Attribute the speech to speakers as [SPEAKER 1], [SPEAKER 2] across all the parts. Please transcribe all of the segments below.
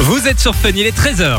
[SPEAKER 1] Vous êtes sur Fun, il est 13h.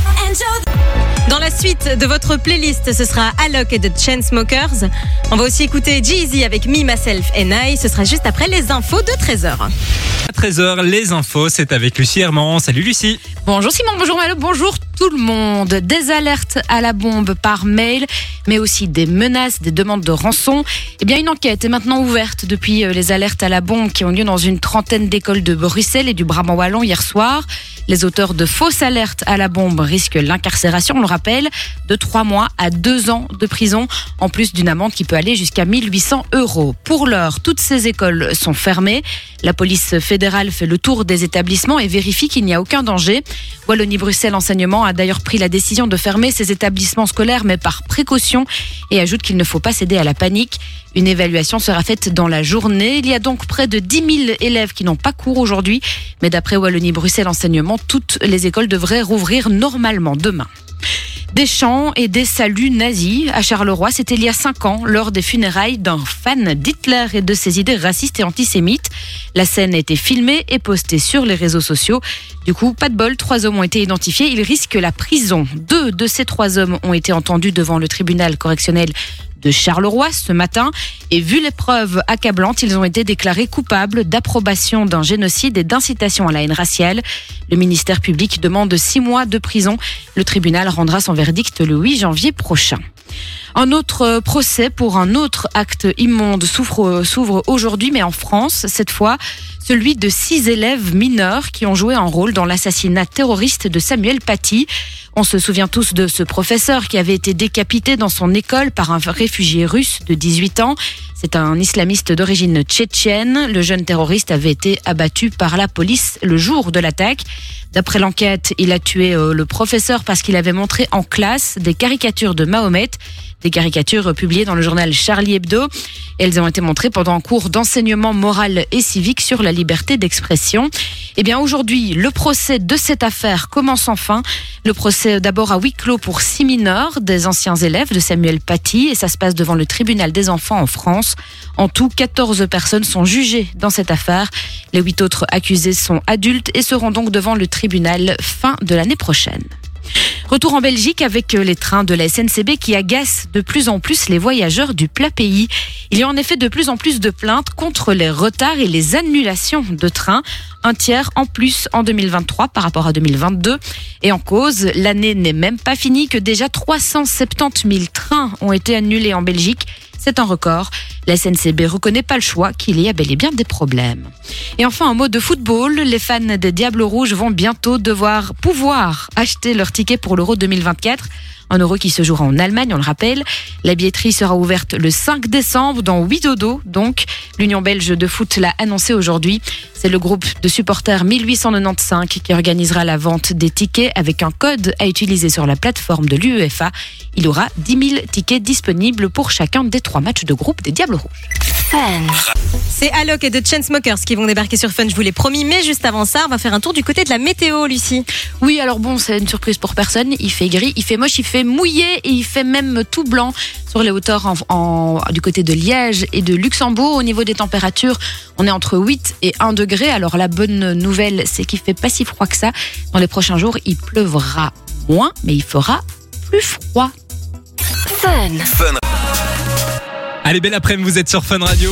[SPEAKER 2] Dans la suite de votre playlist, ce sera Alok et The Chainsmokers. On va aussi écouter Jeezy avec Me, Myself and I. Ce sera juste après les infos de 13h.
[SPEAKER 1] À 13h, les infos, c'est avec Lucie Herman. Salut Lucie.
[SPEAKER 3] Bonjour Simon, bonjour Malo, bonjour tout le monde. Des alertes à la bombe par mail, mais aussi des menaces, des demandes de rançon. Eh bien, une enquête est maintenant ouverte depuis les alertes à la bombe qui ont lieu dans une trentaine d'écoles de Bruxelles et du Brabant wallon hier soir. Les auteurs de fausses alertes à la bombe risquent l'incarcération, on le rappelle, de 3 mois à 2 ans de prison, en plus d'une amende qui peut aller jusqu'à 1 800 €. Pour l'heure, toutes ces écoles sont fermées. La police fédérale fait le tour des établissements et vérifie qu'il n'y a aucun danger. Wallonie-Bruxelles Enseignement a d'ailleurs pris la décision de fermer ces établissements scolaires, mais par précaution, et ajoute qu'il ne faut pas céder à la panique. Une évaluation sera faite dans la journée. Il y a donc près de 10 000 élèves qui n'ont pas cours aujourd'hui, mais d'après Wallonie-Bruxelles Enseignement, toutes les écoles devraient rouvrir normalement demain. Des chants et des saluts nazis à Charleroi, c'était il y a 5 ans, lors des funérailles d'un fan d'Hitler et de ses idées racistes et antisémites. La scène a été filmée et postée sur les réseaux sociaux. Du coup, pas de bol, 3 hommes ont été identifiés. Ils risquent la prison. 2 de ces 3 hommes ont été entendus devant le tribunal correctionnel de Charleroi ce matin. Et vu les preuves accablantes, ils ont été déclarés coupables d'approbation d'un génocide et d'incitation à la haine raciale. Le ministère public demande 6 mois de prison. Le tribunal rendra son verdict le 8 janvier prochain. Un autre procès pour un autre acte immonde s'ouvre aujourd'hui, mais en France, cette fois, celui de 6 élèves mineurs qui ont joué un rôle dans l'assassinat terroriste de Samuel Paty. On se souvient tous de ce professeur qui avait été décapité dans son école par un réfugié russe de 18 ans. C'est un islamiste d'origine tchétchène. Le jeune terroriste avait été abattu par la police le jour de l'attaque. D'après l'enquête, il a tué le professeur parce qu'il avait montré en classe des caricatures de Mahomet, des caricatures publiées dans le journal Charlie Hebdo. Elles ont été montrées pendant un cours d'enseignement moral et civique sur la liberté d'expression. Eh bien, aujourd'hui, le procès de cette affaire commence enfin. Le procès d'abord à huis clos pour 6 mineurs, des anciens élèves de Samuel Paty, et ça se passe devant le tribunal des enfants en France. En tout, 14 personnes sont jugées dans cette affaire. Les 8 autres accusés sont adultes et seront donc devant le tribunal fin de l'année prochaine. Retour en Belgique avec les trains de la SNCB qui agacent de plus en plus les voyageurs du plat pays. Il y a en effet de plus en plus de plaintes contre les retards et les annulations de trains. 1/3 en plus en 2023 par rapport à 2022. Et en cause, l'année n'est même pas finie que déjà 370 000 trains ont été annulés en Belgique. C'est un record. La SNCB reconnaît pas le choix qu'il y a bel et bien des problèmes. Et enfin, un mot de football. Les fans des Diables Rouges vont bientôt pouvoir acheter leur ticket pour l'Euro 2024. Un Euro qui se jouera en Allemagne, on le rappelle. La billetterie sera ouverte le 5 décembre dans 8 dodo. Donc, l'Union belge de foot l'a annoncé aujourd'hui. C'est le groupe de supporters 1895 qui organisera la vente des tickets avec un code à utiliser sur la plateforme de l'UEFA. Il y aura 10 000 tickets disponibles pour chacun des 3 matchs de groupe des Diables Rouges.
[SPEAKER 2] C'est Alok et The Chainsmokers qui vont débarquer sur Fun, je vous l'ai promis. Mais juste avant ça, on va faire un tour du côté de la météo, Lucie.
[SPEAKER 3] Oui, alors bon, c'est une surprise pour personne. Il fait gris, il fait moche, il fait mouillé et il fait même tout blanc sur les hauteurs du côté de Liège et de Luxembourg. Au niveau des températures, on est entre 8 et 1 degré. Alors la bonne nouvelle, c'est qu'il fait pas si froid que ça. Dans les prochains jours, il pleuvra moins, mais il fera plus froid.
[SPEAKER 4] Fun.
[SPEAKER 1] Allez, belle après-midi, vous êtes sur Fun Radio.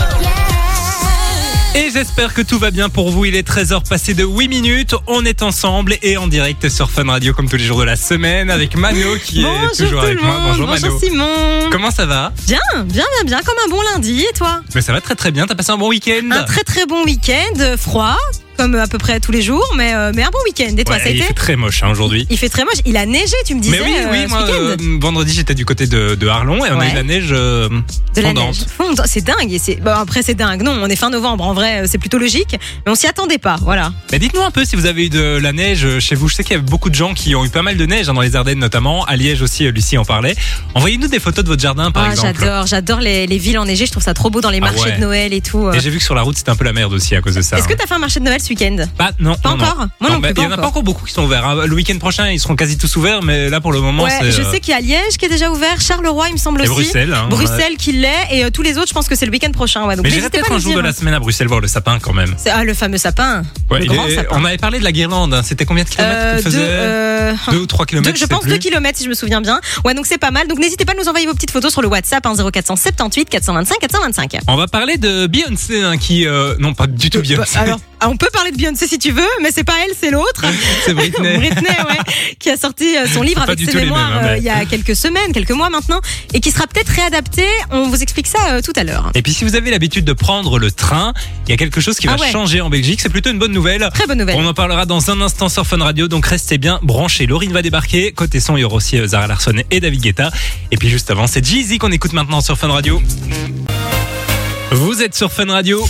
[SPEAKER 1] Et j'espère que tout va bien pour vous. Il est 13h passé de 8 minutes. On est ensemble et en direct sur Fun Radio comme tous les jours de la semaine avec Mano qui est toujours avec moi. Bonjour Mano.
[SPEAKER 2] Bonjour Simon.
[SPEAKER 1] Comment ça va ?
[SPEAKER 2] Bien, comme un bon lundi. Et toi ?
[SPEAKER 1] Mais ça va très très bien. T'as passé un bon week-end ?
[SPEAKER 2] Un très très bon week-end, froid. Comme à peu près tous les jours, mais un bon week-end. Et toi, ça a été ?
[SPEAKER 1] Il fait très moche aujourd'hui.
[SPEAKER 2] Il fait très moche. Il a neigé, tu me disais.
[SPEAKER 1] Mais oui, moi, vendredi, j'étais du côté de Arlon et on a eu de la neige fondante.
[SPEAKER 2] C'est dingue. Après, c'est dingue. Non, on est fin novembre. En vrai, c'est plutôt logique. Mais on s'y attendait pas. Voilà.
[SPEAKER 1] Mais dites-nous un peu si vous avez eu de la neige chez vous. Je sais qu'il y a beaucoup de gens qui ont eu pas mal de neige dans les Ardennes notamment. À Liège aussi, Lucie en parlait. Envoyez-nous des photos de votre jardin, par exemple.
[SPEAKER 2] J'adore les villes enneigées. Je trouve ça trop beau dans les marchés de Noël et tout.
[SPEAKER 1] Et j'ai vu que sur la route, c'était un peu la merde aussi à cause de ça.
[SPEAKER 2] Est-ce que t'as fait un marché de Noël ce week-end?
[SPEAKER 1] Bah non.
[SPEAKER 2] Pas
[SPEAKER 1] non,
[SPEAKER 2] encore.
[SPEAKER 1] Non.
[SPEAKER 2] Moi non plus.
[SPEAKER 1] Il y en a pas encore beaucoup qui sont ouverts. Hein. Le week-end prochain, ils seront quasi tous ouverts, mais là pour le moment,
[SPEAKER 2] Ouais,
[SPEAKER 1] c'est.
[SPEAKER 2] je sais qu'il y a Liège qui est déjà ouvert, Charleroi, il me semble
[SPEAKER 1] Et
[SPEAKER 2] aussi.
[SPEAKER 1] Bruxelles. Hein,
[SPEAKER 2] Bruxelles qui l'est, et tous les autres, je pense que c'est le week-end prochain. Ouais, donc
[SPEAKER 1] mais j'irai
[SPEAKER 2] n'hésitez
[SPEAKER 1] peut-être
[SPEAKER 2] pas à
[SPEAKER 1] un
[SPEAKER 2] nous
[SPEAKER 1] jour de
[SPEAKER 2] dire.
[SPEAKER 1] la semaine à Bruxelles voir le sapin quand même.
[SPEAKER 2] C'est le fameux sapin.
[SPEAKER 1] Ouais,
[SPEAKER 2] le grand sapin.
[SPEAKER 1] On avait parlé de la guirlande. Hein. C'était combien de kilomètres qu'il faisait 2 ou 3 kilomètres.
[SPEAKER 2] Je pense 2 kilomètres si je me souviens bien. Ouais, donc c'est pas mal. Donc n'hésitez pas à nous envoyer vos petites photos sur le WhatsApp 0478 425 425.
[SPEAKER 1] On va parler de Beyoncé qui non pas du tout Beyoncé.
[SPEAKER 2] Alors, on peut parler de Beyoncé si tu veux, mais c'est pas elle, c'est l'autre.
[SPEAKER 1] C'est Britney.
[SPEAKER 2] Britney, ouais, qui a sorti son livre
[SPEAKER 1] Pas
[SPEAKER 2] avec
[SPEAKER 1] du
[SPEAKER 2] ses
[SPEAKER 1] tout les
[SPEAKER 2] mémoires
[SPEAKER 1] mêmes, hein, mais-
[SPEAKER 2] il y a quelques semaines, quelques mois maintenant, et qui sera peut-être réadapté. On vous explique ça tout à l'heure.
[SPEAKER 1] Et puis si vous avez l'habitude de prendre le train, il y a quelque chose qui va
[SPEAKER 2] ouais.
[SPEAKER 1] changer en Belgique. C'est plutôt une bonne nouvelle.
[SPEAKER 2] Très bonne nouvelle.
[SPEAKER 1] On en parlera dans un instant sur Fun Radio, donc restez bien branchés. Laurine va débarquer. Côté son, il y aura aussi Zara Larsson et David Guetta. Et puis juste avant, c'est Jeezy qu'on écoute maintenant sur Fun Radio. Vous êtes sur Fun Radio.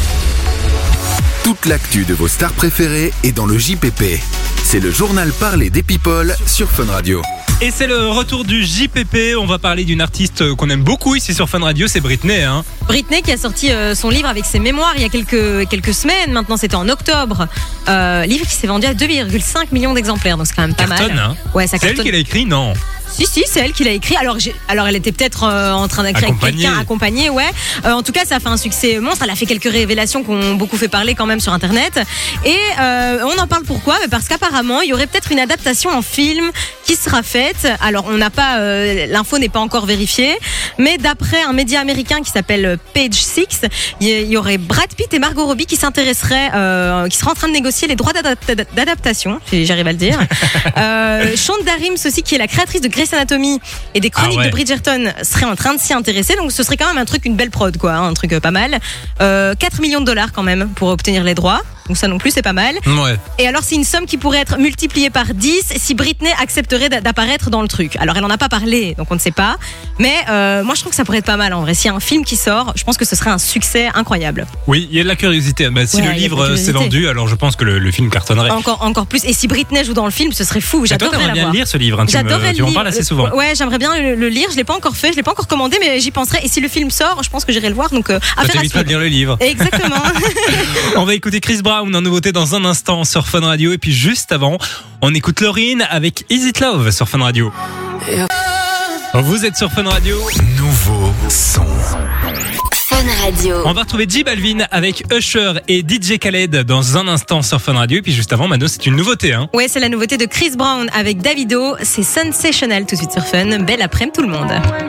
[SPEAKER 5] Toute l'actu de vos stars préférées est dans le JPP. C'est le journal parlé des people sur Fun Radio.
[SPEAKER 1] Et c'est le retour du JPP. On va parler d'une artiste qu'on aime beaucoup ici sur Fun Radio, c'est Britney. Hein.
[SPEAKER 2] Britney qui a sorti son livre avec ses mémoires il y a quelques semaines. Maintenant, c'était en octobre. Livre qui s'est vendu à 2,5 millions d'exemplaires, donc c'est quand même pas
[SPEAKER 1] Cartonne,
[SPEAKER 2] mal.
[SPEAKER 1] hein.
[SPEAKER 2] Ouais, ça
[SPEAKER 1] C'est elle
[SPEAKER 2] cartonne.
[SPEAKER 1] qui l'a écrit, non?
[SPEAKER 2] Si, c'est elle qui l'a écrit. Alors elle était peut-être en train d'écrire avec
[SPEAKER 1] Accompagnée.
[SPEAKER 2] quelqu'un accompagné, ouais. En tout cas, ça a fait un succès monstre. Elle a fait quelques révélations qui ont beaucoup fait parler quand même sur Internet. Et on en parle pourquoi? Parce qu'apparemment, il y aurait peut-être une adaptation en film qui sera faite. Alors, on n'a pas, l'info n'est pas encore vérifiée, mais d'après un média américain qui s'appelle Page Six, il y aurait Brad Pitt et Margot Robbie qui s'intéresseraient, qui seraient en train de négocier les droits d'adaptation, si j'arrive à le dire. Shonda Rhimes aussi, qui est la créatrice de Grey's Anatomy et des chroniques de Bridgerton, serait en train de s'y intéresser. Donc ce serait quand même un truc, une belle prod, quoi, hein, un truc pas mal. 4 millions de dollars quand même pour obtenir les droits. Donc ça non plus, c'est pas mal.
[SPEAKER 1] Ouais.
[SPEAKER 2] Et alors c'est une somme qui pourrait être multipliée par 10 si Britney accepterait d'apparaître dans le truc. Alors elle en a pas parlé, donc on ne sait pas. Mais moi je trouve que ça pourrait être pas mal en vrai. S'il y a un film qui sort, je pense que ce serait un succès incroyable.
[SPEAKER 1] Oui, il y a de la curiosité. Bah, si
[SPEAKER 2] Ouais,
[SPEAKER 1] le
[SPEAKER 2] il y a de la
[SPEAKER 1] livre
[SPEAKER 2] curiosité.
[SPEAKER 1] s'est vendu, alors je pense que le film cartonnerait.
[SPEAKER 2] Encore plus. Et si Britney joue dans le film, ce serait fou.
[SPEAKER 1] Mais toi,
[SPEAKER 2] J'adorerais
[SPEAKER 1] t'aimerais
[SPEAKER 2] la
[SPEAKER 1] bien
[SPEAKER 2] voir.
[SPEAKER 1] le lire ce livre. Hein,
[SPEAKER 2] J'adorerais
[SPEAKER 1] tu en
[SPEAKER 2] le
[SPEAKER 1] parles
[SPEAKER 2] lire.
[SPEAKER 1] assez souvent.
[SPEAKER 2] Ouais, j'aimerais bien le lire. Je l'ai pas encore fait, je l'ai pas encore commandé, mais j'y penserai. Et si le film sort, je pense que j'irai le voir. Donc
[SPEAKER 1] Ça
[SPEAKER 2] affaire à
[SPEAKER 1] t'évitera de
[SPEAKER 2] suivre.
[SPEAKER 1] lire le livre.
[SPEAKER 2] Exactement.
[SPEAKER 1] On va écouter Chris Brown en nouveauté dans un instant sur Fun Radio. Et puis juste avant, on écoute Laurine avec Is It Love sur Fun Radio. Vous êtes sur Fun Radio.
[SPEAKER 5] Nouveau son.
[SPEAKER 4] Fun Radio.
[SPEAKER 1] On va retrouver J Balvin avec Usher et DJ Khaled dans un instant sur Fun Radio. Et puis juste avant, Mano, c'est une nouveauté. Hein.
[SPEAKER 2] Ouais, c'est la nouveauté de Chris Brown avec Davido. C'est Sensational tout de suite sur Fun. Belle après-midi tout le monde.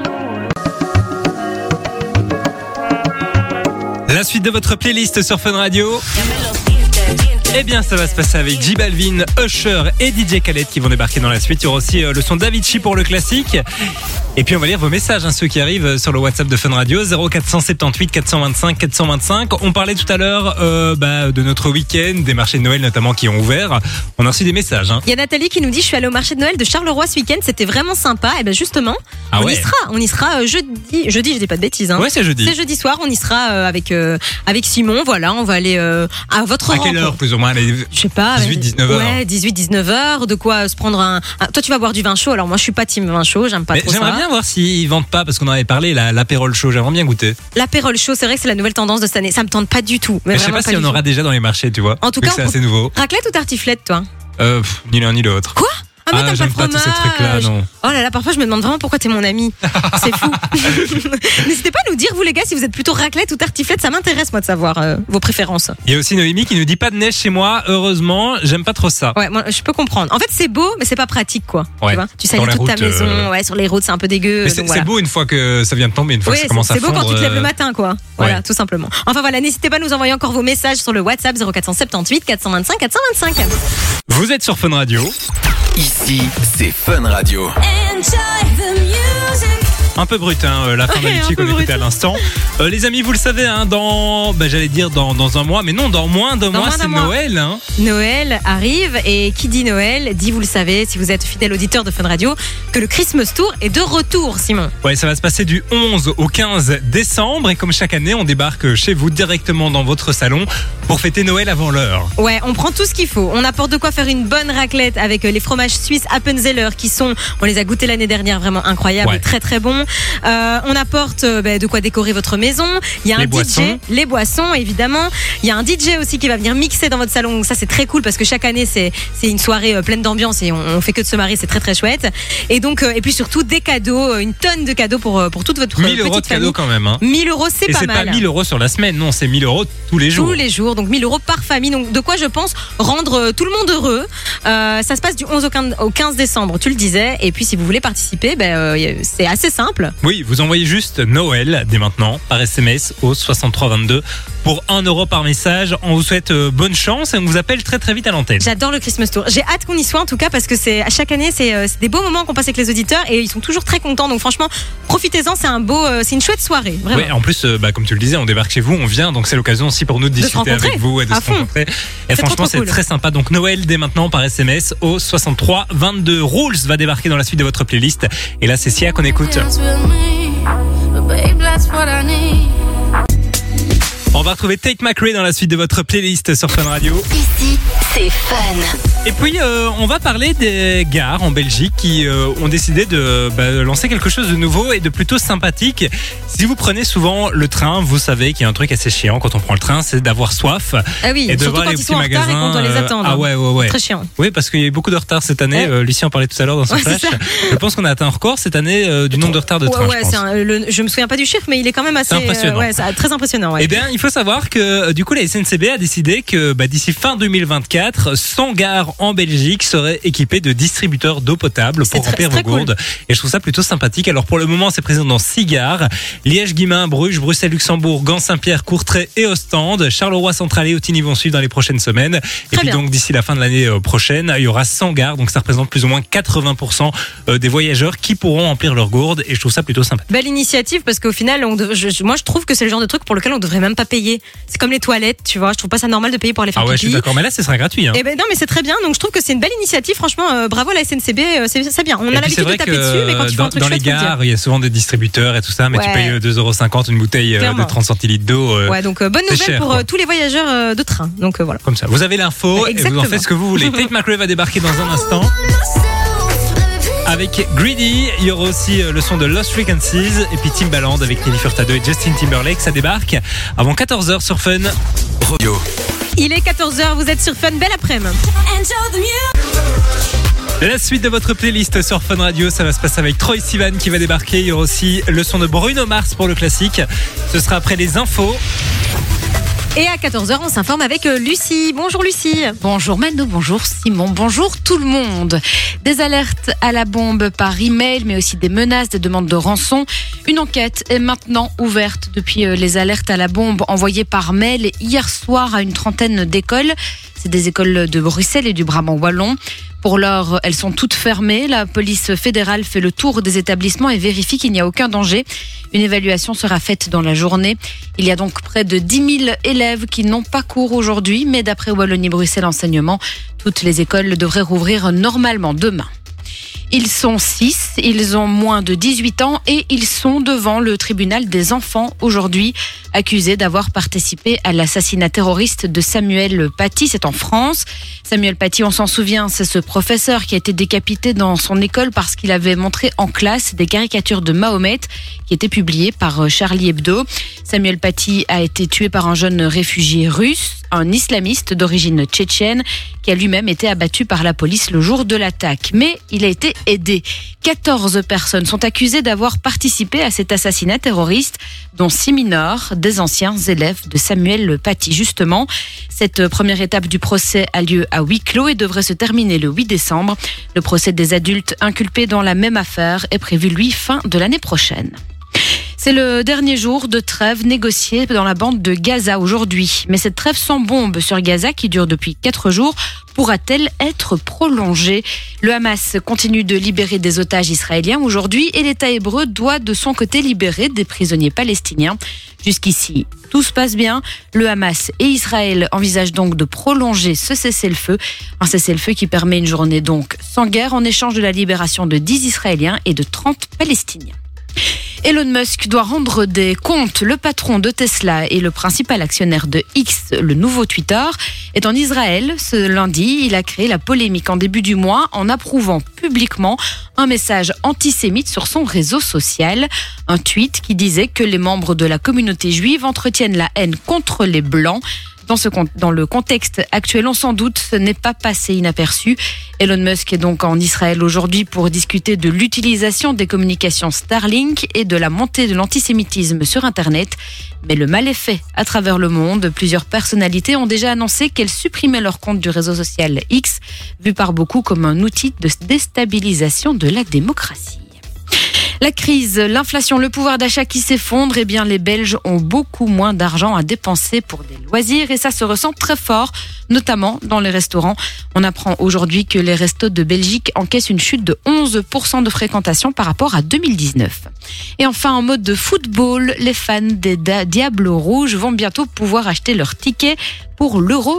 [SPEAKER 1] La suite de votre playlist sur Fun Radio. Eh bien, ça va se passer avec J Balvin, Usher et DJ Khaled qui vont débarquer dans la suite. Il y aura aussi le son d'Avicii pour le classique. Et puis, on va lire vos messages, hein, ceux qui arrivent sur le WhatsApp de Fun Radio, 0478 425 425. On parlait tout à l'heure de notre week-end, des marchés de Noël notamment qui ont ouvert. On a reçu des messages. Hein.
[SPEAKER 2] Il y a Nathalie qui nous dit: je suis allée au marché de Noël de Charleroi ce week-end, c'était vraiment sympa. Et ben justement,
[SPEAKER 1] Ah
[SPEAKER 2] on
[SPEAKER 1] ouais.
[SPEAKER 2] y sera jeudi, je dis pas de bêtises. Hein.
[SPEAKER 1] Ouais, c'est jeudi.
[SPEAKER 2] C'est jeudi soir, on y sera avec Simon. Voilà, on va aller à votre
[SPEAKER 1] À quelle heure, plus ou moins?
[SPEAKER 2] Je sais pas.
[SPEAKER 1] 18-19 heures.
[SPEAKER 2] Ouais, 18-19 heures. De quoi se prendre un. Toi, tu vas boire du vin chaud. Alors moi, je suis pas team vin chaud. J'aime pas
[SPEAKER 1] Mais
[SPEAKER 2] trop ça.
[SPEAKER 1] j'aimerais bien voir s'ils vendent pas, parce qu'on en avait parlé, l'apérole chaud. J'aimerais bien goûter.
[SPEAKER 2] L'apérole chaud, c'est vrai que c'est la nouvelle tendance de cette année. Ça me tente pas du tout.
[SPEAKER 1] Mais je sais
[SPEAKER 2] vraiment
[SPEAKER 1] pas si on
[SPEAKER 2] du
[SPEAKER 1] aura déjà dans les marchés, tu vois.
[SPEAKER 2] En tout
[SPEAKER 1] vu
[SPEAKER 2] cas,
[SPEAKER 1] que c'est assez nouveau.
[SPEAKER 2] tout. Raclette ou tartiflette, toi?
[SPEAKER 1] Ni l'un ni l'autre.
[SPEAKER 2] Quoi? Ah, mais t'aimes pas
[SPEAKER 1] j'aime
[SPEAKER 2] le
[SPEAKER 1] pas tous ces trucs-là,
[SPEAKER 2] fromage.
[SPEAKER 1] non.
[SPEAKER 2] Oh là là, parfois je me demande vraiment pourquoi t'es mon ami. C'est fou. N'hésitez pas à nous dire, vous les gars, si vous êtes plutôt raclette ou tartiflette, ça m'intéresse moi de savoir vos préférences.
[SPEAKER 1] Il y a aussi Noémie qui nous dit pas de neige chez moi. Heureusement, j'aime pas trop ça.
[SPEAKER 2] Ouais, moi je peux comprendre. En fait, c'est beau, mais c'est pas pratique quoi.
[SPEAKER 1] Ouais.
[SPEAKER 2] Tu vois, tu
[SPEAKER 1] Sur
[SPEAKER 2] salis
[SPEAKER 1] les
[SPEAKER 2] toute ta
[SPEAKER 1] routes,
[SPEAKER 2] maison, ouais, sur les routes, c'est un peu dégueu.
[SPEAKER 1] Mais
[SPEAKER 2] donc
[SPEAKER 1] c'est
[SPEAKER 2] voilà.
[SPEAKER 1] beau une fois que ça vient de tomber, une fois
[SPEAKER 2] Oui,
[SPEAKER 1] que ça commence à
[SPEAKER 2] c'est beau
[SPEAKER 1] fondre.
[SPEAKER 2] quand tu te lèves le matin, quoi. Voilà,
[SPEAKER 1] Ouais.
[SPEAKER 2] tout simplement. Enfin voilà, n'hésitez pas à nous envoyer encore vos messages sur le WhatsApp 0478 425 425.
[SPEAKER 1] Vous êtes sur Fun Radio.
[SPEAKER 5] Ici, c'est Fun Radio.
[SPEAKER 1] Un peu brut, hein, la fin
[SPEAKER 2] Ouais,
[SPEAKER 1] d'Avicii
[SPEAKER 2] un peu
[SPEAKER 1] qu'on écoutait
[SPEAKER 2] brut.
[SPEAKER 1] à l'instant. Les amis, vous le savez, hein, j'allais dire dans un mois, mais non, dans moins d'un
[SPEAKER 2] Dans
[SPEAKER 1] mois,
[SPEAKER 2] moins
[SPEAKER 1] c'est
[SPEAKER 2] d'un mois.
[SPEAKER 1] Noël. Hein.
[SPEAKER 2] Noël arrive et qui dit Noël dit, vous le savez, si vous êtes fidèle auditeur de Fun Radio, que le Christmas Tour est de retour, Simon.
[SPEAKER 1] Ouais, ça va se passer du 11 au 15 décembre et comme chaque année, on débarque chez vous directement dans votre salon pour fêter Noël avant l'heure.
[SPEAKER 2] Ouais, on prend tout ce qu'il faut. On apporte de quoi faire une bonne raclette avec les fromages suisses Appenzeller qui sont, on les a goûtés l'année dernière, vraiment incroyables,
[SPEAKER 1] Ouais.
[SPEAKER 2] très très bons. On apporte de quoi décorer votre maison. Il y a
[SPEAKER 1] Les
[SPEAKER 2] un
[SPEAKER 1] boissons.
[SPEAKER 2] DJ, les boissons évidemment. Il y a un DJ aussi qui va venir mixer dans votre salon. Donc ça c'est très cool parce que chaque année c'est une soirée pleine d'ambiance et on fait que de se marier, c'est très très chouette. Et donc et puis surtout des cadeaux, une tonne de cadeaux pour toute votre
[SPEAKER 1] 1000 euros
[SPEAKER 2] petite
[SPEAKER 1] de cadeaux
[SPEAKER 2] famille.
[SPEAKER 1] quand même. Hein.
[SPEAKER 2] 1000 euros, c'est
[SPEAKER 1] Et
[SPEAKER 2] pas
[SPEAKER 1] c'est
[SPEAKER 2] mal.
[SPEAKER 1] pas 1000 euros sur la semaine, non, c'est 1000 euros tous les jours.
[SPEAKER 2] Tous les jours, donc 1000 euros par famille. Donc de quoi je pense rendre tout le monde heureux. Ça se passe du 11 au 15 décembre, tu le disais. Et puis si vous voulez participer, c'est assez simple.
[SPEAKER 1] Oui, vous envoyez juste Noël dès maintenant par SMS au 6322 pour 1 euro par message. On vous souhaite bonne chance et on vous appelle très très vite à l'antenne.
[SPEAKER 2] J'adore le Christmas Tour. J'ai hâte qu'on y soit en tout cas parce que à chaque année c'est des beaux moments qu'on passe avec les auditeurs et ils sont toujours très contents. Donc franchement, profitez-en, c'est une chouette soirée, vraiment.
[SPEAKER 1] Oui, en plus, comme tu le disais, on débarque chez vous, on vient, donc c'est l'occasion aussi pour nous de
[SPEAKER 2] se
[SPEAKER 1] discuter
[SPEAKER 2] rencontrer,
[SPEAKER 1] avec vous et de
[SPEAKER 2] à
[SPEAKER 1] se
[SPEAKER 2] fond.
[SPEAKER 1] rencontrer. Et
[SPEAKER 2] C'est
[SPEAKER 1] franchement,
[SPEAKER 2] trop
[SPEAKER 1] c'est
[SPEAKER 2] cool.
[SPEAKER 1] très sympa. Donc Noël dès maintenant par SMS au 63 22. Rules va débarquer dans la suite de votre playlist. Et là, c'est Sia qu'on écoute. On va retrouver Tate McRae dans la suite de votre playlist sur Fun Radio.
[SPEAKER 4] Ici, c'est Fun.
[SPEAKER 1] Et puis, on va parler des gares en Belgique qui ont décidé de lancer quelque chose de nouveau et de plutôt sympathique. Si vous prenez souvent le train, vous savez qu'il y a un truc assez chiant quand on prend le train, c'est d'avoir soif.
[SPEAKER 2] Ah oui,
[SPEAKER 1] et de
[SPEAKER 2] surtout
[SPEAKER 1] voir
[SPEAKER 2] quand
[SPEAKER 1] les
[SPEAKER 2] ils
[SPEAKER 1] petits
[SPEAKER 2] sont en retard et
[SPEAKER 1] magasins.
[SPEAKER 2] qu'on doit les attendre.
[SPEAKER 1] Ah ouais.
[SPEAKER 2] Très chiant.
[SPEAKER 1] Oui, parce qu'il y a eu beaucoup de retard cette année.
[SPEAKER 2] Ouais.
[SPEAKER 1] Lucie en parlait tout à l'heure dans son
[SPEAKER 2] Ouais, c'est
[SPEAKER 1] flash.
[SPEAKER 2] ça.
[SPEAKER 1] Je pense qu'on a atteint un record cette année du nombre de retards de train.
[SPEAKER 2] Ouais,
[SPEAKER 1] je pense.
[SPEAKER 2] je me souviens pas du chiffre, mais il est quand même assez
[SPEAKER 1] impressionnant.
[SPEAKER 2] très impressionnant. Ouais.
[SPEAKER 1] Eh bien, il faut savoir que du coup, la SNCB a décidé que d'ici fin 2024, 100 gares en Belgique seraient équipées de distributeurs d'eau potable
[SPEAKER 2] C'est
[SPEAKER 1] pour remplir
[SPEAKER 2] très
[SPEAKER 1] vos gourdes. Et je trouve ça plutôt sympathique. Alors pour le moment, c'est présent dans 6 gares: Liège, Guillemins, Bruges, Bruxelles, Luxembourg, Gand, Saint-Pierre, Courtrai et Ostende. Charleroi, Centrale et Autigny vont suivre dans les prochaines semaines. Et
[SPEAKER 2] Très
[SPEAKER 1] puis
[SPEAKER 2] bien.
[SPEAKER 1] donc d'ici la fin de l'année prochaine, il y aura 100 gares. Donc ça représente plus ou moins 80% des voyageurs qui pourront remplir leurs gourdes. Et je trouve ça plutôt sympa.
[SPEAKER 2] Belle initiative parce qu'au final, moi je trouve que c'est le genre de truc pour lequel on devrait même pas payer. C'est comme les toilettes, tu vois. Je trouve pas ça normal de payer pour aller faire
[SPEAKER 1] Ah ouais, je suis
[SPEAKER 2] pipi.
[SPEAKER 1] d'accord. Mais là, ce sera gratuit. Hein.
[SPEAKER 2] Eh ben non, mais c'est très bien. Donc je trouve que c'est une belle initiative. Franchement, bravo à la SNCB. C'est bien. On
[SPEAKER 1] Et
[SPEAKER 2] a
[SPEAKER 1] puis c'est
[SPEAKER 2] l'habitude de
[SPEAKER 1] vrai
[SPEAKER 2] taper
[SPEAKER 1] que
[SPEAKER 2] dessus, mais quand tu fais un truc
[SPEAKER 1] dans les
[SPEAKER 2] chouette, faut le dire.
[SPEAKER 1] gares, il y a souvent des distributeurs et tout ça, mais tu
[SPEAKER 2] Ouais.
[SPEAKER 1] payes 2,50 € une bouteille de
[SPEAKER 2] Clairement.
[SPEAKER 1] 30 centilitres d'eau.
[SPEAKER 2] Ouais, donc bonne
[SPEAKER 1] c'est
[SPEAKER 2] nouvelle
[SPEAKER 1] cher,
[SPEAKER 2] pour
[SPEAKER 1] quoi.
[SPEAKER 2] tous les voyageurs de train. Donc voilà.
[SPEAKER 1] Comme ça, vous avez l'info et vous en
[SPEAKER 2] Exactement.
[SPEAKER 1] faites ce que vous voulez. Tate McRae va débarquer dans un instant. Avec Greedy, il y aura aussi le son de Lost Frequencies et puis Timbaland avec Nelly Furtado et Justin Timberlake. Ça débarque avant 14h sur Fun.
[SPEAKER 5] Radio.
[SPEAKER 2] Il est 14h, vous êtes sur Fun, belle après-midi.
[SPEAKER 1] La suite de votre playlist sur Fun Radio, ça va se passer avec Troye Sivan qui va débarquer. Il y aura aussi le son de Bruno Mars pour le classique. Ce sera après les infos.
[SPEAKER 2] Et à 14h, on s'informe avec Lucie. Bonjour Lucie.
[SPEAKER 3] Bonjour Mano, bonjour Simon, bonjour tout le monde. Des alertes à la bombe par email, mais aussi des menaces, des demandes de rançon. Une enquête est maintenant ouverte depuis les alertes à la bombe envoyées par mail hier soir à une trentaine d'écoles. C'est des écoles de Bruxelles et du Brabant wallon. Pour l'heure, elles sont toutes fermées. La police fédérale fait le tour des établissements et vérifie qu'il n'y a aucun danger. Une évaluation sera faite dans la journée. Il y a donc près de 10 000 élèves qui n'ont pas cours aujourd'hui, mais d'après Wallonie-Bruxelles Enseignement, toutes les écoles devraient rouvrir normalement demain. Ils sont 6, ils ont moins de 18 ans et ils sont devant le tribunal des enfants aujourd'hui, accusés d'avoir participé à l'assassinat terroriste de Samuel Paty. C'est en France. Samuel Paty, on s'en souvient, c'est ce professeur qui a été décapité dans son école parce qu'il avait montré en classe des caricatures de Mahomet qui étaient publiées par Charlie Hebdo. Samuel Paty a été tué par un jeune réfugié russe, un islamiste d'origine tchétchène qui a lui-même été abattu par la police le jour de l'attaque. Mais il a été aidé. 14 personnes sont accusées d'avoir participé à cet assassinat terroriste, dont 6 mineurs, des anciens élèves de Samuel Paty. Justement, cette première étape du procès a lieu à huis clos et devrait se terminer le 8 décembre. Le procès des adultes inculpés dans la même affaire est prévu, lui, fin de l'année prochaine. C'est le dernier jour de trêve négociée dans la bande de Gaza aujourd'hui. Mais cette trêve sans bombe sur Gaza, qui dure depuis 4 jours, pourra-t-elle être prolongée ? Le Hamas continue de libérer des otages israéliens aujourd'hui et l'État hébreu doit de son côté libérer des prisonniers palestiniens. Jusqu'ici, tout se passe bien. Le Hamas et Israël envisagent donc de prolonger ce cessez-le-feu. Un cessez-le-feu qui permet une journée donc sans guerre en échange de la libération de 10 Israéliens et de 30 Palestiniens. Elon Musk doit rendre des comptes. Le patron de Tesla et le principal actionnaire de X, le nouveau Twitter, est en Israël. Ce lundi, il a créé la polémique en début du mois en approuvant publiquement un message antisémite sur son réseau social. Un tweet qui disait que les membres de la communauté juive entretiennent la haine contre les Blancs. Dans le contexte actuel, on s'en doute, ce n'est pas passé inaperçu. Elon Musk est donc en Israël aujourd'hui pour discuter de l'utilisation des communications Starlink et de la montée de l'antisémitisme sur Internet. Mais le mal est fait à travers le monde. Plusieurs personnalités ont déjà annoncé qu'elles supprimaient leur compte du réseau social X, vu par beaucoup comme un outil de déstabilisation de la démocratie. La crise, l'inflation, le pouvoir d'achat qui s'effondre, eh bien les Belges ont beaucoup moins d'argent à dépenser pour des loisirs et ça se ressent très fort, notamment dans les restaurants. On apprend aujourd'hui que les restos de Belgique encaissent une chute de 11% de fréquentation par rapport à 2019. Et enfin, en mode de football, les fans des Diables Rouges vont bientôt pouvoir acheter leurs tickets pour l'Euro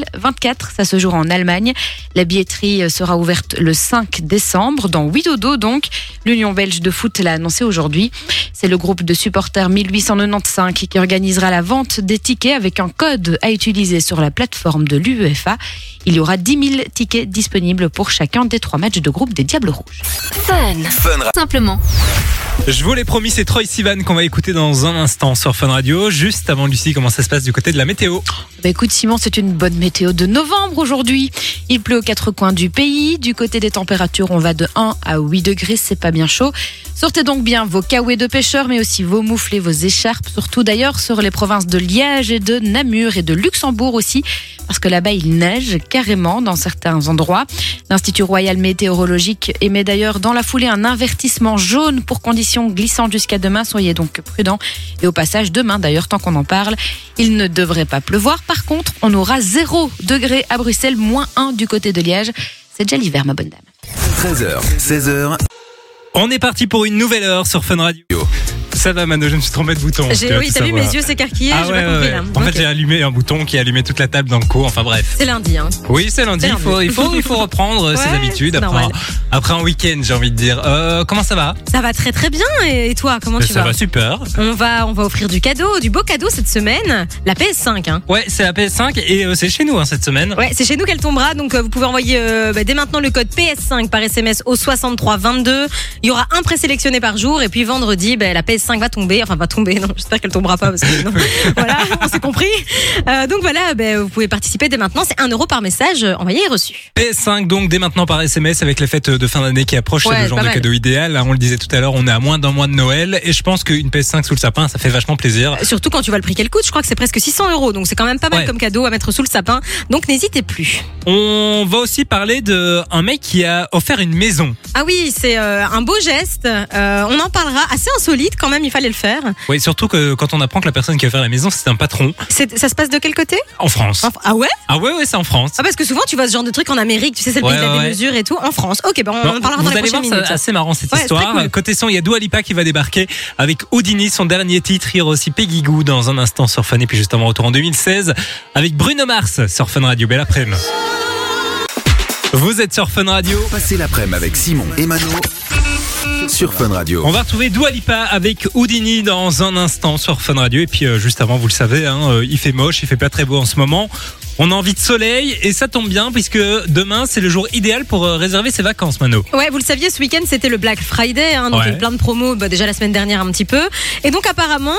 [SPEAKER 3] 2024. Ça se jouera en Allemagne. La billetterie sera ouverte le 5 décembre, dans 8 dodo donc. L'Union belge de foot l'a annoncé aujourd'hui. C'est le groupe de supporters 1895 qui organisera la vente des tickets avec un code à utiliser sur la plateforme de l'UEFA. Il y aura 10 000 tickets disponibles pour chacun des 3 matchs de groupe des Diables Rouges.
[SPEAKER 4] Fun. Simplement.
[SPEAKER 1] Je vous l'ai promis, c'est Troye Sivan qu'on va écouter dans un instant sur Fun Radio. Juste avant, Lucie, comment ça se passe du côté de la météo?
[SPEAKER 3] Écoute Simon, c'est une bonne météo de novembre aujourd'hui. Il pleut aux 4 coins du pays. Du côté des températures, on va de 1 à 8 degrés, c'est pas bien chaud. Sortez donc bien vos caouets de pêcheurs, mais aussi vos mouflets, vos écharpes. Surtout d'ailleurs sur les provinces de Liège et de Namur et de Luxembourg aussi. Parce que là-bas, il neige carrément dans certains endroits. L'Institut Royal Météorologique émet d'ailleurs dans la foulée un avertissement jaune pour conditions glissantes jusqu'à demain. Soyez donc prudents. Et au passage, demain d'ailleurs, tant qu'on en parle, il ne devrait pas pleuvoir. Par contre, on aura 0 degré à Bruxelles, -1 du côté de Liège. C'est déjà l'hiver, ma bonne dame.
[SPEAKER 5] 13h, 16h,
[SPEAKER 1] On est parti pour une nouvelle heure sur Fun Radio. Ça va Mano, je me suis trompé de bouton.
[SPEAKER 2] Oui, t'as vu, mes yeux s'écarquillaient, j'ai pas compris là.
[SPEAKER 1] En fait, j'ai allumé un bouton qui a allumé toute la table d'un coup, enfin bref.
[SPEAKER 2] C'est lundi, hein.
[SPEAKER 1] Oui, c'est lundi, il faut reprendre ses habitudes après un week-end, j'ai envie de dire. Comment ça va?
[SPEAKER 2] Ça va très très bien, et toi, comment tu vas?
[SPEAKER 1] Ça va super.
[SPEAKER 2] On va offrir du cadeau, du beau cadeau cette semaine, la PS5, hein.
[SPEAKER 1] Ouais, c'est la PS5 et c'est chez nous hein, cette semaine.
[SPEAKER 2] Ouais, c'est chez nous qu'elle tombera, donc vous pouvez envoyer dès maintenant le code PS5 par SMS au 63 22. Il y aura un présélectionné par jour, et puis vendredi, la PS5 va tomber, non, j'espère qu'elle tombera pas parce que non. Voilà, on s'est compris. Donc voilà, vous pouvez participer dès maintenant, c'est 1 € par message envoyé et reçu.
[SPEAKER 1] PS5 donc dès maintenant par SMS avec les fêtes de fin d'année qui approchent, c'est le genre de cadeau idéal. On le disait tout à l'heure, on est à moins d'un mois de Noël et je pense qu'une PS5 sous le sapin, ça fait vachement plaisir.
[SPEAKER 2] Surtout quand tu vois le prix qu'elle coûte, je crois que c'est presque 600 €, donc c'est quand même pas mal comme cadeau à mettre sous le sapin. Donc n'hésitez plus.
[SPEAKER 1] On va aussi parler d'un mec qui a offert une maison.
[SPEAKER 2] Ah oui, c'est un beau geste. On en parlera, assez insolite quand même, il fallait le faire.
[SPEAKER 1] Oui, surtout que quand on apprend que la personne qui a offert la maison, c'est un patron.
[SPEAKER 2] Ça se passe de quel côté?
[SPEAKER 1] En France.
[SPEAKER 2] Ah ouais?
[SPEAKER 1] Ah ouais, c'est en France.
[SPEAKER 2] Ah parce que souvent tu vois ce genre de truc en Amérique, tu sais, c'est le pays de la démesure et tout. En France. Ok, on en parlera dans les prochaines minutes.
[SPEAKER 1] C'est assez marrant cette histoire.
[SPEAKER 2] Cool.
[SPEAKER 1] Côté son, il y a Dua Lipa qui va débarquer avec Houdini, son dernier titre. Il y aura aussi Peggy Goo dans un instant sur Fun, et puis juste avant retour en 2016 avec Bruno Mars sur Fun Radio. Belle après-midi. Vous êtes sur Fun Radio.
[SPEAKER 5] Passez l'après-midi avec Simon et Mano sur Fun Radio.
[SPEAKER 1] On va retrouver Dua Lipa avec Houdini dans un instant sur Fun Radio. Et puis juste avant, vous le savez, il fait moche, il fait pas très beau en ce moment. On a envie de soleil et ça tombe bien puisque demain c'est le jour idéal pour réserver ses vacances, Mano.
[SPEAKER 2] Ouais, vous le saviez, ce week-end c'était le Black Friday, donc il y a eu plein de promos, déjà la semaine dernière un petit peu. Et donc apparemment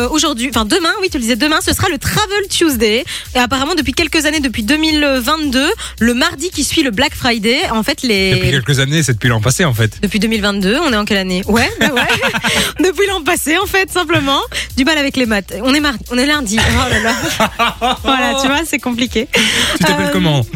[SPEAKER 2] demain, ce sera le Travel Tuesday. Et apparemment depuis quelques années, depuis 2022, le mardi qui suit le Black Friday, en fait
[SPEAKER 1] Depuis quelques années, c'est depuis l'an passé en fait.
[SPEAKER 2] Depuis 2022, on est en quelle année? Ouais. Depuis l'an passé en fait, simplement. Du mal avec les maths. On est lundi. Oh là là. Voilà, tu vois, c'est compliqué.
[SPEAKER 1] Tu t'appelles comment?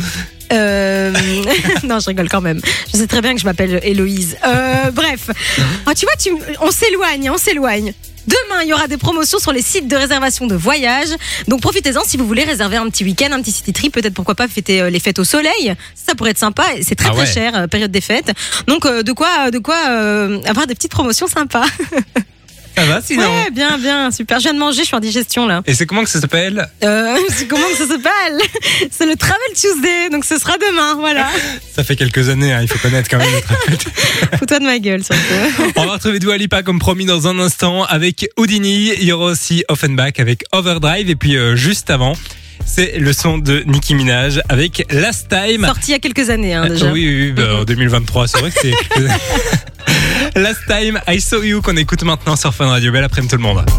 [SPEAKER 2] Non, je rigole quand même. Je sais très bien que je m'appelle Héloïse. Bref. Tu vois, on s'éloigne. Demain, il y aura des promotions sur les sites de réservation de voyage. Donc profitez-en si vous voulez réserver un petit week-end, un petit city trip, peut-être pourquoi pas fêter les fêtes au soleil. Ça pourrait être sympa. C'est très très cher, période des fêtes. Donc de quoi avoir des petites promotions sympas.
[SPEAKER 1] Ça va sinon?
[SPEAKER 2] Ouais, bien, super. Je viens de manger, je suis en digestion là.
[SPEAKER 1] Et c'est comment que ça s'appelle?
[SPEAKER 2] Comment que ça s'appelle? C'est le Travel Tuesday, donc ce sera demain, voilà.
[SPEAKER 1] Ça fait quelques années, il faut connaître quand même le Travel.
[SPEAKER 2] Fous-toi de ma gueule, surtout.
[SPEAKER 1] On va retrouver Dua Lipa comme promis dans un instant avec Houdini. Il y aura aussi Offenbach avec Overdrive. Et puis juste avant, c'est le son de Nicki Minaj avec Last Time.
[SPEAKER 2] Sorti il y a quelques années déjà.
[SPEAKER 1] Oui, en 2023, c'est vrai que c'est quelques années. Last Time, I Saw You qu'on écoute maintenant sur Fun Radio. Belle après-midi tout le monde.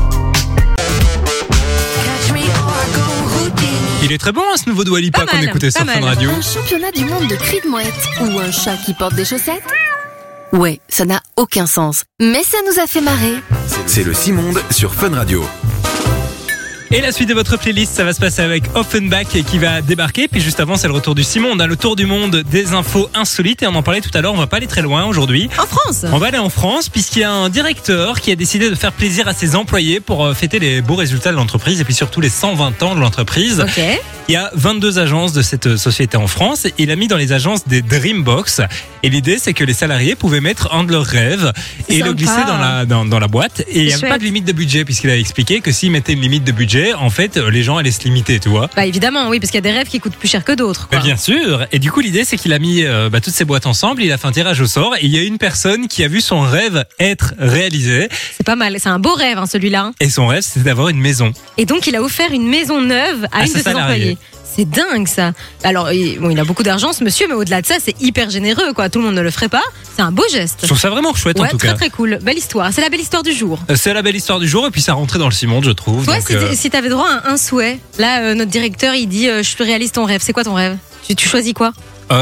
[SPEAKER 1] Il est très bon ce nouveau Dua Lipa qu'on écoutait sur Fun Radio.
[SPEAKER 4] Un championnat du monde de cris de mouette ou un chat qui porte des chaussettes? Ouais, ça n'a aucun sens. Mais ça nous a fait marrer.
[SPEAKER 5] C'est le Simonde sur Fun Radio.
[SPEAKER 1] Et la suite de votre playlist, ça va se passer avec Offenbach qui va débarquer. Puis juste avant, c'est le retour du Simonde, le tour du monde des infos insolites. Et on en parlait tout à l'heure, on va pas aller très loin aujourd'hui.
[SPEAKER 2] En France?
[SPEAKER 1] On va aller en France puisqu'il y a un directeur qui a décidé de faire plaisir à ses employés pour fêter les beaux résultats de l'entreprise et puis surtout les 120 ans de l'entreprise.
[SPEAKER 2] Ok.
[SPEAKER 1] Il y a 22 agences de cette société en France. Il a mis dans les agences des Dreambox. Et l'idée, c'est que les salariés pouvaient mettre un de leurs rêves et le glisser dans la boîte. Et il n'y a pas de limite de budget puisqu'il a expliqué que s'ils mettaient une limite de budget, en fait, les gens allaient se limiter, tu vois.
[SPEAKER 2] Bah évidemment, oui, parce qu'il y a des rêves qui coûtent plus cher que d'autres.
[SPEAKER 1] Mais bien sûr. Et du coup, l'idée, c'est qu'il a mis toutes ces boîtes ensemble. Il a fait un tirage au sort. Et il y a une personne qui a vu son rêve être réalisé.
[SPEAKER 2] C'est pas mal. C'est un beau rêve, celui-là.
[SPEAKER 1] Et son rêve, c'était d'avoir une maison.
[SPEAKER 2] Et donc, il a offert une maison neuve à une de ses employés. C'est dingue ça. Alors, il a beaucoup d'argent ce monsieur, mais au-delà de ça, c'est hyper généreux, quoi. Tout le monde ne le ferait pas. C'est un beau geste.
[SPEAKER 1] Je trouve ça vraiment chouette en tout cas.
[SPEAKER 2] Très cool. Belle histoire. C'est la belle histoire du jour.
[SPEAKER 1] C'est la belle histoire du jour et puis ça rentrait dans le Simonde, je trouve.
[SPEAKER 2] Toi,
[SPEAKER 1] donc,
[SPEAKER 2] si t'avais droit à un souhait, là, notre directeur, il dit, je te réalise ton rêve. C'est quoi ton rêve? Tu choisis quoi?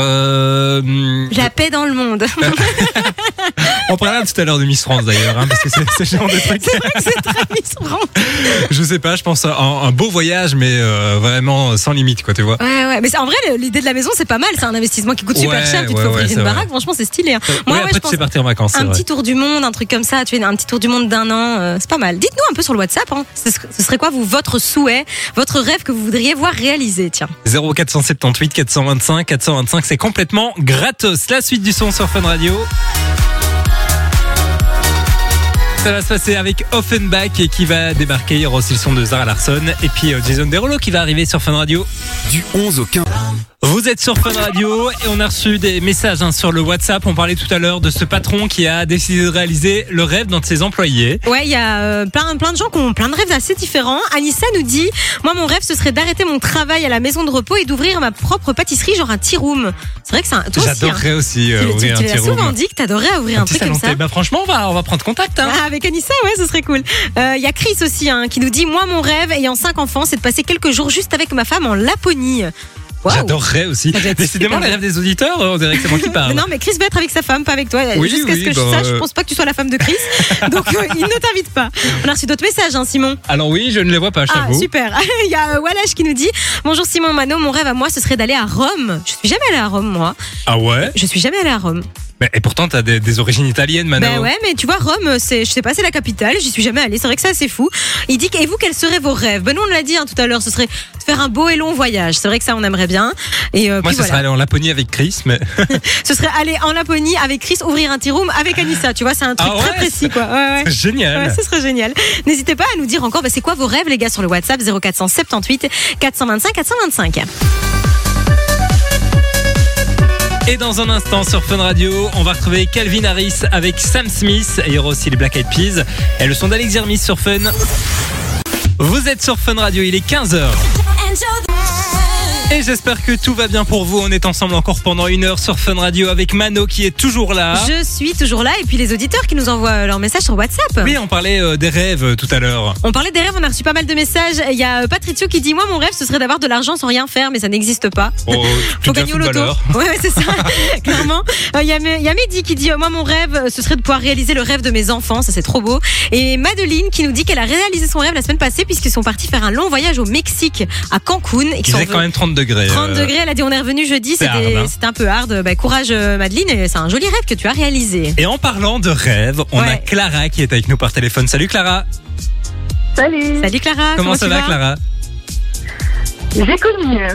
[SPEAKER 2] La paix dans le monde.
[SPEAKER 1] On parlera tout à l'heure de Miss France d'ailleurs, parce que c'est ce genre de truc.
[SPEAKER 2] C'est vrai que c'est très Miss France.
[SPEAKER 1] Je sais pas, je pense à un beau voyage, mais vraiment sans limite, quoi, tu vois.
[SPEAKER 2] Ouais, mais en vrai, l'idée de la maison, c'est pas mal. C'est un investissement qui coûte super cher. Tu te fais offrir une baraque, franchement, c'est stylé.
[SPEAKER 1] Moi, après, tu sais partir en vacances.
[SPEAKER 2] Un petit tour du monde, un truc comme ça. Tu fais un petit tour du monde d'1 an, c'est pas mal. Dites-nous un peu sur le WhatsApp. Ce serait quoi, votre souhait, votre rêve que vous voudriez voir réalisé? Tiens.
[SPEAKER 1] 0478 425 425, c'est complètement gratos. La suite du son sur Fun Radio. Ça va se passer avec Offenbach qui va débarquer. Il y aura aussi le son de Zara Larsson et puis Jason Derulo qui va arriver sur Fun Radio.
[SPEAKER 5] Du 11 au 15.
[SPEAKER 1] Vous êtes sur Fun Radio et on a reçu des messages sur le WhatsApp. On parlait tout à l'heure de ce patron qui a décidé de réaliser le rêve d'un de ses employés. Ouais,
[SPEAKER 2] il y a plein de gens qui ont plein de rêves assez différents. Anissa nous dit, moi mon rêve ce serait d'arrêter mon travail à la maison de repos et d'ouvrir ma propre pâtisserie, genre un tea room. C'est vrai que c'est toi
[SPEAKER 1] j'adorerais aussi ouvrir un tea room.
[SPEAKER 2] Tu l'as souvent dit que t'adorais ouvrir un truc comme ça.
[SPEAKER 1] Bah franchement, on va prendre contact.
[SPEAKER 2] Avec Anissa, ouais, ce serait cool. Il y a Chris aussi qui nous dit, moi mon rêve ayant 5 enfants, c'est de passer quelques jours juste avec ma femme en Laponie. Wow.
[SPEAKER 1] J'adorerais aussi. Décidément, les rêves des auditeurs, on dirait que c'est moi qui parle.
[SPEAKER 2] Non, mais Chris va être avec sa femme, pas avec toi.
[SPEAKER 1] Oui,
[SPEAKER 2] Jusqu'à ce que je sache, je pense pas que tu sois la femme de Chris. Donc, il ne t'invite pas. On a reçu d'autres messages, Simon.
[SPEAKER 1] Alors oui, je ne les vois pas, j'avoue.
[SPEAKER 2] Ah, super. Il y a Walash qui nous dit, bonjour Simon, Mano, mon rêve à moi, ce serait d'aller à Rome. Je suis jamais allée à Rome, moi.
[SPEAKER 1] Ah ouais?
[SPEAKER 2] Je suis jamais allée à Rome.
[SPEAKER 1] Et pourtant, t'as des origines italiennes, Mano.
[SPEAKER 2] Ben ouais, mais tu vois, Rome, je sais pas, c'est la capitale, j'y suis jamais allée, c'est vrai que c'est assez fou. Il dit, et vous, quels seraient vos rêves? Ben nous, on l'a dit tout à l'heure, ce serait de faire un beau et long voyage. C'est vrai que ça, on aimerait bien. Et
[SPEAKER 1] moi, ce serait aller en Laponie avec Chris, mais.
[SPEAKER 2] Ce serait aller en Laponie avec Chris, ouvrir un tea room avec Anissa, tu vois, c'est un truc très précis, quoi. Ouais.
[SPEAKER 1] C'est génial.
[SPEAKER 2] Ouais, ce serait génial. N'hésitez pas à nous dire encore, c'est quoi vos rêves, les gars, sur le WhatsApp 0478 425 425.
[SPEAKER 1] Et dans un instant sur Fun Radio, on va retrouver Calvin Harris avec Sam Smith. Et il y aura aussi les Black Eyed Peas. Et le son d'Alex Zermis sur Fun. Vous êtes sur Fun Radio, il est 15h. Et j'espère que tout va bien pour vous. On est ensemble encore pendant 1 heure sur Fun Radio avec Mano qui est toujours là.
[SPEAKER 2] Je suis toujours là. Et puis les auditeurs qui nous envoient leurs messages sur WhatsApp.
[SPEAKER 1] Oui, on parlait des rêves tout à l'heure.
[SPEAKER 2] On parlait des rêves, on a reçu pas mal de messages. Il y a Patricio qui dit, moi mon rêve ce serait d'avoir de l'argent sans rien faire, mais ça n'existe pas. Faut gagner au loto. Ouais, c'est ça. Clairement. Il y a Mehdi qui dit, moi mon rêve ce serait de pouvoir réaliser le rêve de mes enfants. Ça c'est trop beau. Et Madeline qui nous dit qu'elle a réalisé son rêve la semaine passée puisqu'ils sont partis faire un long voyage au Mexique, à Cancun.
[SPEAKER 1] Il faisait quand même 30 degrés.
[SPEAKER 2] 30 degrés, elle a dit on est revenu jeudi, c'était un peu hard. Courage Madeleine, et c'est un joli rêve que tu as réalisé.
[SPEAKER 1] Et en parlant de rêve, on a Clara qui est avec nous par téléphone. Salut Clara.
[SPEAKER 6] Salut.
[SPEAKER 2] Salut Clara.
[SPEAKER 1] Comment ça va Clara?
[SPEAKER 6] J'ai connu mieux.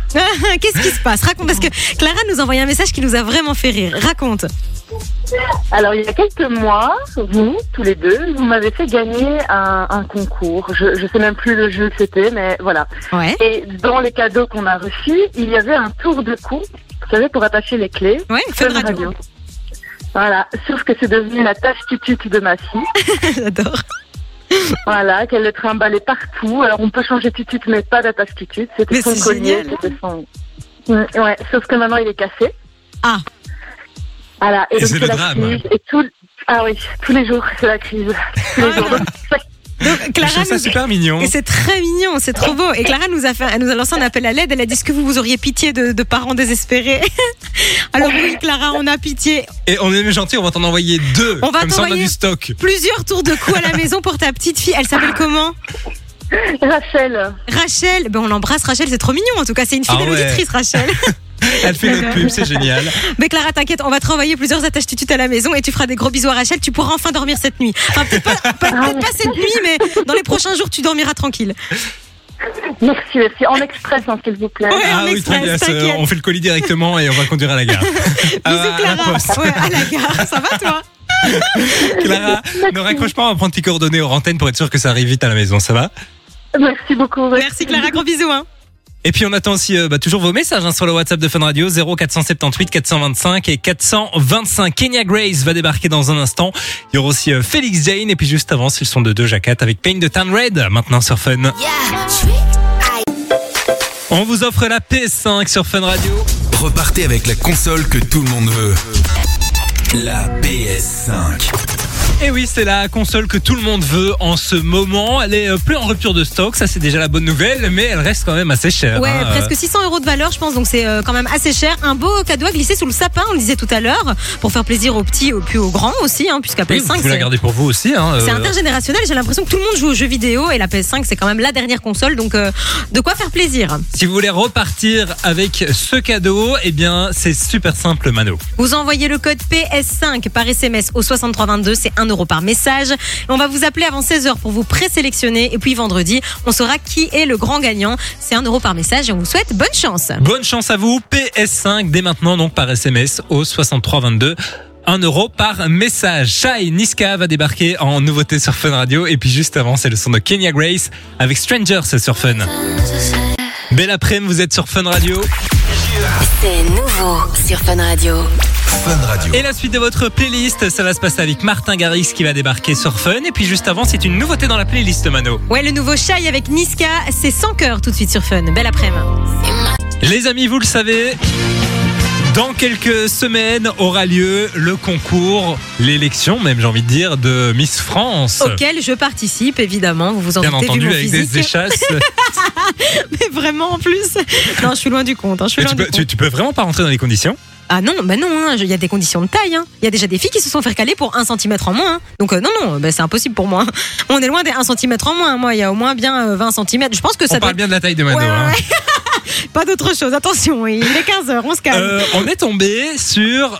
[SPEAKER 2] Qu'est-ce qui se passe? Raconte, parce que Clara nous a envoyé un message qui nous a vraiment fait rire. Raconte.
[SPEAKER 6] Alors, il y a quelques mois, vous, tous les deux, vous m'avez fait gagner un concours. Je sais même plus le jeu que c'était, mais voilà.
[SPEAKER 2] Ouais.
[SPEAKER 6] Et dans les cadeaux qu'on a reçus, il y avait un tour de cou, vous savez, pour attacher les clés.
[SPEAKER 2] Ouais, Fun Radio.
[SPEAKER 6] Voilà, sauf que c'est devenu la tâche tutute de ma fille.
[SPEAKER 2] J'adore.
[SPEAKER 6] Voilà, qu'elle le trimballait partout. Alors, on peut changer tutute, mais pas d'attache tutute. C'était
[SPEAKER 2] Mais
[SPEAKER 6] son
[SPEAKER 2] c'est
[SPEAKER 6] collier,
[SPEAKER 2] génial.
[SPEAKER 6] c'était son... Ouais, sauf que maintenant, il est cassé.
[SPEAKER 2] Ah.
[SPEAKER 6] Voilà,
[SPEAKER 1] Et
[SPEAKER 6] donc
[SPEAKER 1] c'est le
[SPEAKER 6] la
[SPEAKER 1] drame.
[SPEAKER 6] crise. Et Ah oui, tous les jours, c'est la crise. Tous les jours.
[SPEAKER 2] Donc,
[SPEAKER 1] Je
[SPEAKER 2] Clara
[SPEAKER 1] trouve ça
[SPEAKER 2] nous...
[SPEAKER 1] super mignon.
[SPEAKER 2] Et c'est très mignon, c'est trop beau. Et Clara elle nous a lancé un appel à l'aide. Elle a dit, est-ce que vous auriez pitié de parents désespérés? Alors oui, Clara, on a pitié.
[SPEAKER 1] Et on est même gentil, on va t'en envoyer 2.
[SPEAKER 2] On va
[SPEAKER 1] Comme ça, on a
[SPEAKER 2] t'envoyer
[SPEAKER 1] du stock.
[SPEAKER 2] Plusieurs tours de cou à la maison pour ta petite fille. Elle s'appelle comment?
[SPEAKER 6] Rachel.
[SPEAKER 2] Rachel. Ben, on l'embrasse, Rachel, c'est trop mignon. En tout cas, c'est une fidèle
[SPEAKER 1] Ah ouais.
[SPEAKER 2] auditrice, Rachel.
[SPEAKER 1] Elle fait notre pub, c'est génial.
[SPEAKER 2] Mais Clara, t'inquiète, on va te renvoyer plusieurs attaches tututes à la maison et tu feras des gros bisous à Rachel. Tu pourras enfin dormir cette nuit. Enfin, peut-être pas cette nuit, mais dans les prochains jours, tu dormiras tranquille.
[SPEAKER 6] Merci. En express, hein, s'il vous plaît.
[SPEAKER 2] Ouais.
[SPEAKER 1] Ah
[SPEAKER 2] en
[SPEAKER 1] oui, très bien.
[SPEAKER 2] express, t'inquiète.
[SPEAKER 1] On fait le colis directement et on va le conduire à la gare.
[SPEAKER 2] Bisous,
[SPEAKER 1] À la
[SPEAKER 2] Clara.
[SPEAKER 1] poste.
[SPEAKER 2] Ouais, à la gare. Ça va, toi?
[SPEAKER 1] Clara, ne raccroche pas, on va prendre tes coordonnées hors antenne pour être sûr que ça arrive vite à la maison, ça va?
[SPEAKER 6] Merci beaucoup.
[SPEAKER 2] Merci, Clara. Gros bisous, hein.
[SPEAKER 1] Et puis on attend aussi toujours vos messages sur le WhatsApp de Fun Radio 0478 425 et 425. Kenya Grace va débarquer dans un instant. Il y aura aussi Félix Jane et puis juste avant c'est le son de Doja Cat avec Paint de Town Red maintenant sur Fun. On vous offre la PS5 sur Fun Radio.
[SPEAKER 5] Repartez avec la console que tout le monde veut. La PS5.
[SPEAKER 1] Et oui, c'est la console que tout le monde veut en ce moment. Elle est plus en rupture de stock, ça c'est déjà la bonne nouvelle, mais elle reste quand même assez chère.
[SPEAKER 2] Ouais,
[SPEAKER 1] hein.
[SPEAKER 2] presque 600 € de valeur, je pense, donc c'est quand même assez cher. Un beau cadeau à glisser sous le sapin, on le disait tout à l'heure, pour faire plaisir aux petits et puis aux grands aussi, hein, puisqu'à
[SPEAKER 1] Oui,
[SPEAKER 2] PS5,
[SPEAKER 1] vous la gardez pour vous aussi. Hein,
[SPEAKER 2] c'est intergénérationnel. J'ai l'impression que tout le monde joue aux jeux vidéo et la PS5, c'est quand même la dernière console, donc de quoi faire plaisir.
[SPEAKER 1] Si vous voulez repartir avec ce cadeau, eh bien c'est super simple, Mano.
[SPEAKER 2] Vous envoyez le code PS5 par SMS au 6322, c'est 1 € par message. Et on va vous appeler avant 16h pour vous présélectionner. Et puis vendredi, on saura qui est le grand gagnant. C'est 1 € par message et on vous souhaite bonne chance.
[SPEAKER 1] Bonne chance à vous, PS5 dès maintenant donc par SMS au 6322. 1 € par message. Shai Niska va débarquer en nouveauté sur Fun Radio. Et puis juste avant, c'est le son de Kenya Grace avec Strangers sur Fun. Belle après-midi, vous êtes sur Fun Radio.
[SPEAKER 4] C'est nouveau sur Fun Radio.
[SPEAKER 5] Fun Radio.
[SPEAKER 1] Et la suite de votre playlist, ça va se passer avec Martin Garrix qui va débarquer sur Fun. Et puis juste avant, c'est une nouveauté dans la playlist, Mano.
[SPEAKER 2] Ouais, le nouveau Shai avec Niska, c'est sans cœur tout de suite sur Fun. Belle après-midi.
[SPEAKER 1] Les amis, vous le savez, dans quelques semaines aura lieu le concours, l'élection même j'ai envie de dire, de Miss France.
[SPEAKER 2] Auquel je participe, évidemment. Vous vous en
[SPEAKER 1] Bien
[SPEAKER 2] doutez,
[SPEAKER 1] entendu,
[SPEAKER 2] vu mon
[SPEAKER 1] avec
[SPEAKER 2] physique.
[SPEAKER 1] des échasses.
[SPEAKER 2] Mais vraiment en plus. Non, je suis loin du compte.
[SPEAKER 1] Mais tu peux vraiment pas rentrer dans les conditions.
[SPEAKER 2] Ah non, bah non, hein, il y a des conditions de taille. Il y a déjà des filles qui se sont fait caler pour 1 cm en moins. Donc non, bah, c'est impossible pour moi. On est loin des 1 cm en moins. Moi, il y a au moins bien 20 cm. Je pense que ça
[SPEAKER 1] On parle bien de la taille de Mano.
[SPEAKER 2] Ouais,
[SPEAKER 1] hein.
[SPEAKER 2] ouais. Pas d'autre chose. Attention, il est 15h, on se calme.
[SPEAKER 1] On est tombé sur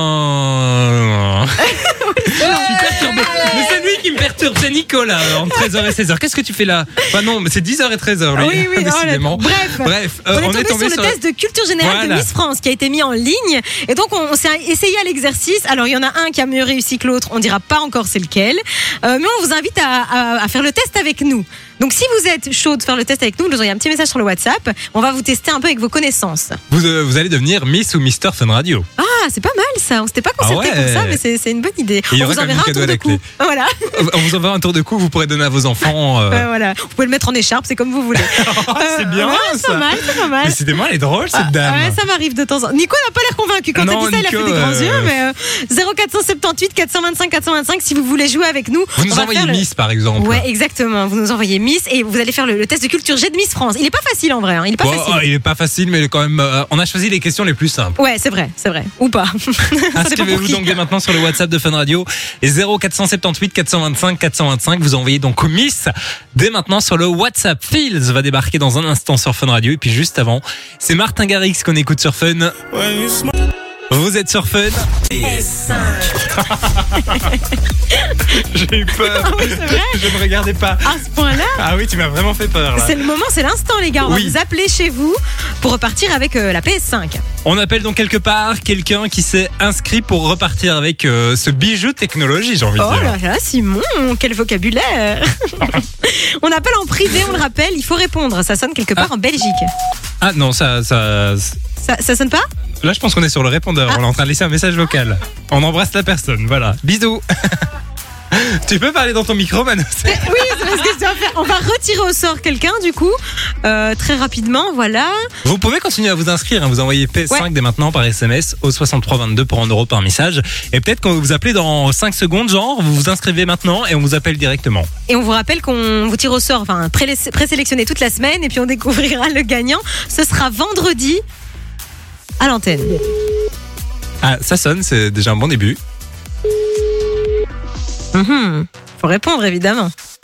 [SPEAKER 1] un... Je suis perturbé. Mais c'est lui qui me perturbe, c'est Nicolas, entre 13h et 16h. Qu'est-ce que tu fais là? Enfin non, mais c'est 10h et 13h, lui.
[SPEAKER 2] Oui,
[SPEAKER 1] décidément.
[SPEAKER 2] Bref, on est tombé sur le test de culture générale
[SPEAKER 1] Voilà.
[SPEAKER 2] de Miss France qui a été mis en ligne. Et donc, on s'est essayé à l'exercice. Alors, il y en a un qui a mieux réussi que l'autre. On dira pas encore c'est lequel. Mais on vous invite à faire le test avec nous. Donc, si vous êtes chaud de faire le test avec nous, vous envoyez un petit message sur le WhatsApp. On va vous tester un peu avec vos connaissances.
[SPEAKER 1] Vous allez devenir Miss ou Mister Fun Radio.
[SPEAKER 2] Ah, c'est pas mal ça. On s'était pas concerté
[SPEAKER 1] Ah ouais.
[SPEAKER 2] pour ça, mais c'est une bonne idée.
[SPEAKER 1] il y
[SPEAKER 2] On
[SPEAKER 1] aura
[SPEAKER 2] vous
[SPEAKER 1] quand même
[SPEAKER 2] enverra
[SPEAKER 1] du
[SPEAKER 2] un
[SPEAKER 1] cadeau
[SPEAKER 2] tour
[SPEAKER 1] à
[SPEAKER 2] de
[SPEAKER 1] la clé.
[SPEAKER 2] cou. Voilà.
[SPEAKER 1] On vous envoie un tour de cou, vous pourrez donner à vos enfants.
[SPEAKER 2] Voilà. Vous pouvez le mettre en écharpe, c'est comme vous voulez.
[SPEAKER 1] C'est bien
[SPEAKER 2] ouais,
[SPEAKER 1] ça.
[SPEAKER 2] C'est pas mal, c'est pas mal.
[SPEAKER 1] Décidément, elle est drôle cette dame.
[SPEAKER 2] Ouais, ça m'arrive de temps en temps. Nico n'a pas l'air convaincu. Quand
[SPEAKER 1] Non,
[SPEAKER 2] t'as dit ça, il a
[SPEAKER 1] Nico,
[SPEAKER 2] fait des grands yeux. Mais 0478 425 425, si vous voulez jouer avec nous.
[SPEAKER 1] Vous nous
[SPEAKER 2] on va
[SPEAKER 1] envoyez
[SPEAKER 2] faire
[SPEAKER 1] Miss par exemple.
[SPEAKER 2] Ouais, exactement. Vous nous envoyez Miss et vous allez faire le test de culture G de Miss France. Il est pas facile en vrai. Hein. Il est pas
[SPEAKER 1] Bon,
[SPEAKER 2] facile.
[SPEAKER 1] il est pas facile, mais quand même, on a choisi les questions les plus simples.
[SPEAKER 2] Ouais, c'est vrai. Ou pas. Ça dépend pour
[SPEAKER 1] Inscrivez-vous
[SPEAKER 2] qui.
[SPEAKER 1] donc dès maintenant sur le WhatsApp de Fun Radio et 0478 425 425. Vous envoyez donc Miss dès maintenant sur le WhatsApp. Fields va débarquer dans un instant sur Fun Radio et puis juste avant, c'est Martin Garrix qu'on écoute sur Fun. Vous êtes sur Fun. J'ai eu peur.
[SPEAKER 2] Ah oui, c'est vrai.
[SPEAKER 1] Je ne regardais pas.
[SPEAKER 2] À ce point-là,
[SPEAKER 1] Ah oui, tu m'as vraiment fait peur là.
[SPEAKER 2] c'est le moment, c'est l'instant, les gars. On
[SPEAKER 1] Oui.
[SPEAKER 2] va vous appeler chez vous pour repartir avec la PS5.
[SPEAKER 1] On appelle donc quelque part quelqu'un qui s'est inscrit pour repartir avec ce bijou de technologie, j'ai envie de
[SPEAKER 2] Oh
[SPEAKER 1] dire.
[SPEAKER 2] là là, Simon, quel vocabulaire. On appelle en privé, on le rappelle, il faut répondre. Ça sonne quelque part en Belgique.
[SPEAKER 1] Ah non, ça...
[SPEAKER 2] Ça sonne pas?
[SPEAKER 1] Là, je pense qu'on est sur le répondeur.
[SPEAKER 2] Ah.
[SPEAKER 1] On est en train de laisser un message vocal. On embrasse la personne. Voilà. Bisous. Tu peux parler dans ton micro, Manos?
[SPEAKER 2] Oui, c'est parce que je dois faire. On va retirer au sort quelqu'un, du coup, très rapidement, voilà.
[SPEAKER 1] Vous pouvez continuer à vous inscrire. Vous envoyez PS5
[SPEAKER 2] Ouais.
[SPEAKER 1] dès maintenant par SMS au 6322 pour 1 euro par message. Et peut-être qu'on va vous appeler dans 5 secondes, genre, vous vous inscrivez maintenant et on vous appelle directement.
[SPEAKER 2] Et on vous rappelle qu'on vous tire au sort, enfin, présélectionné toute la semaine, et puis on découvrira le gagnant. Ce sera vendredi à l'antenne.
[SPEAKER 1] Ah, ça sonne, c'est déjà un bon début.
[SPEAKER 2] Faut répondre, évidemment.